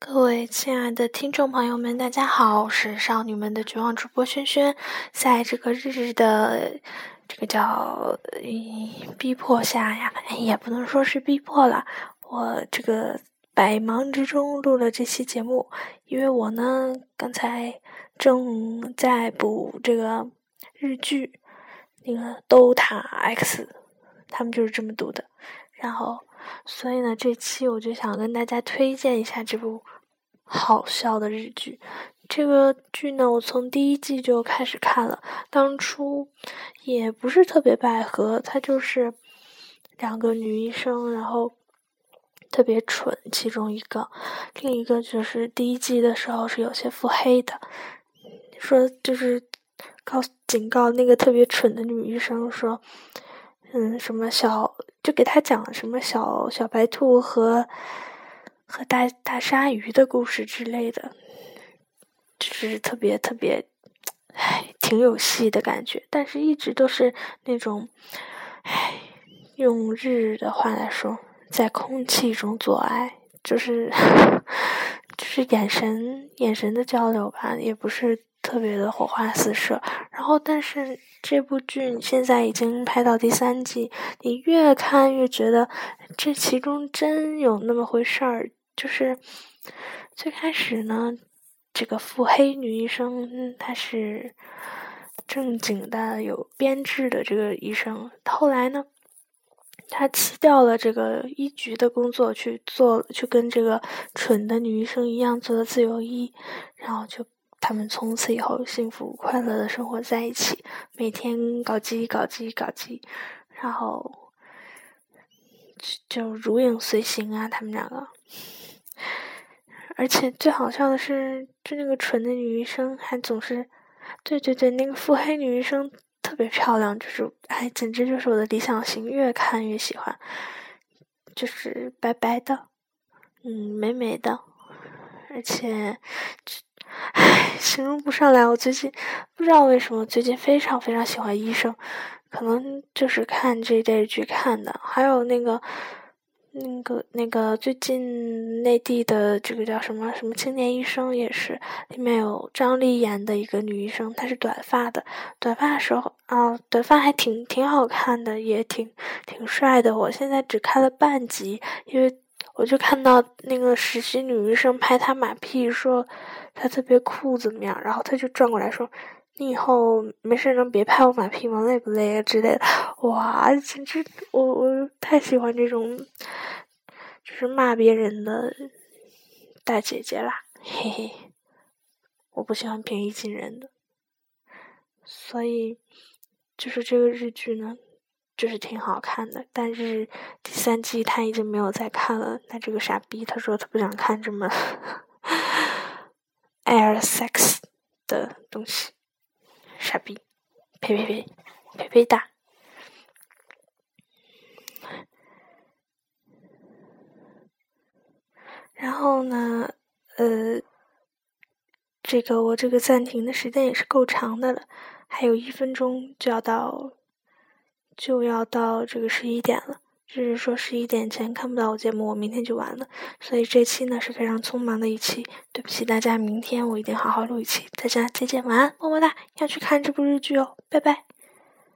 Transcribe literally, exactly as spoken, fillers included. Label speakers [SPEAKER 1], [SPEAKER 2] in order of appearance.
[SPEAKER 1] 各位亲爱的听众朋友们，大家好，我是少女们的绝望主播萱萱。在这个日日的这个叫、嗯、逼迫下呀，也不能说是逼迫了，我这个百忙之中录了这期节目，因为我呢刚才正在补这个日剧，那个 Dota X， 他们就是这么读的，然后所以呢这期我就想跟大家推荐一下这部好笑的日剧。这个剧呢我从第一季就开始看了，当初也不是特别百合，它就是两个女医生，然后特别蠢，其中一个另一个就是第一季的时候是有些腹黑的，说就是告警告那个特别蠢的女医生说嗯什么小就给她讲了什么小小白兔和和大大鲨鱼的故事之类的，就是特别特别唉挺有戏的感觉，但是一直都是那种唉用日的话来说在空气中做爱，就是就是眼神眼神的交流吧，也不是特别的火花四射。然后但是这部剧现在已经拍到第三季，你越看越觉得这其中真有那么回事儿。就是最开始呢，这个腹黑女医生她是正经的有编制的这个医生，后来呢他辞掉了这个医局的工作，去做去跟这个蠢的女医生一样做了自由医，然后就他们从此以后幸福快乐的生活在一起，每天搞基搞基搞基，然后就如影随形啊，他们两个。而且最好笑的是，就那个蠢的女医生还总是，对对对，那个腹黑女医生特别漂亮，就是哎，简直就是我的理想型，越看越喜欢。就是白白的，嗯，美美的，而且，唉，形容不上来。我最近不知道为什么最近非常非常喜欢医生，可能就是看这电视剧看的，还有那个。那个那个最近内地的这个叫什么什么青年医生也是，里面有张丽演的一个女医生，她是短发的，短发的时候啊，短发还挺挺好看的，也挺挺帅的。我现在只看了半集，因为我就看到那个实习女医生拍她马屁，说她特别酷怎么样，然后她就转过来说。你以后没事能别拍我马屁吗？累不累啊之类的？哇，简直我我太喜欢这种，就是骂别人的大姐姐啦，嘿嘿。我不喜欢平易近人的，所以就是这个日剧呢，就是挺好看的。但是第三季他已经没有再看了，那这个傻逼他说他不想看这么 air sex 的东西。傻逼，呸呸呸，呸呸大。然后呢，呃，这个我这个暂停的时间也是够长的了，还有一分钟就要到，就要到这个十一点了。就是说十一点前看不到我节目，我明天就完了。所以这期呢是非常匆忙的一期，对不起大家，明天我一定好好录一期。大家再见，晚安，么么哒，要去看这部日剧哦，拜拜。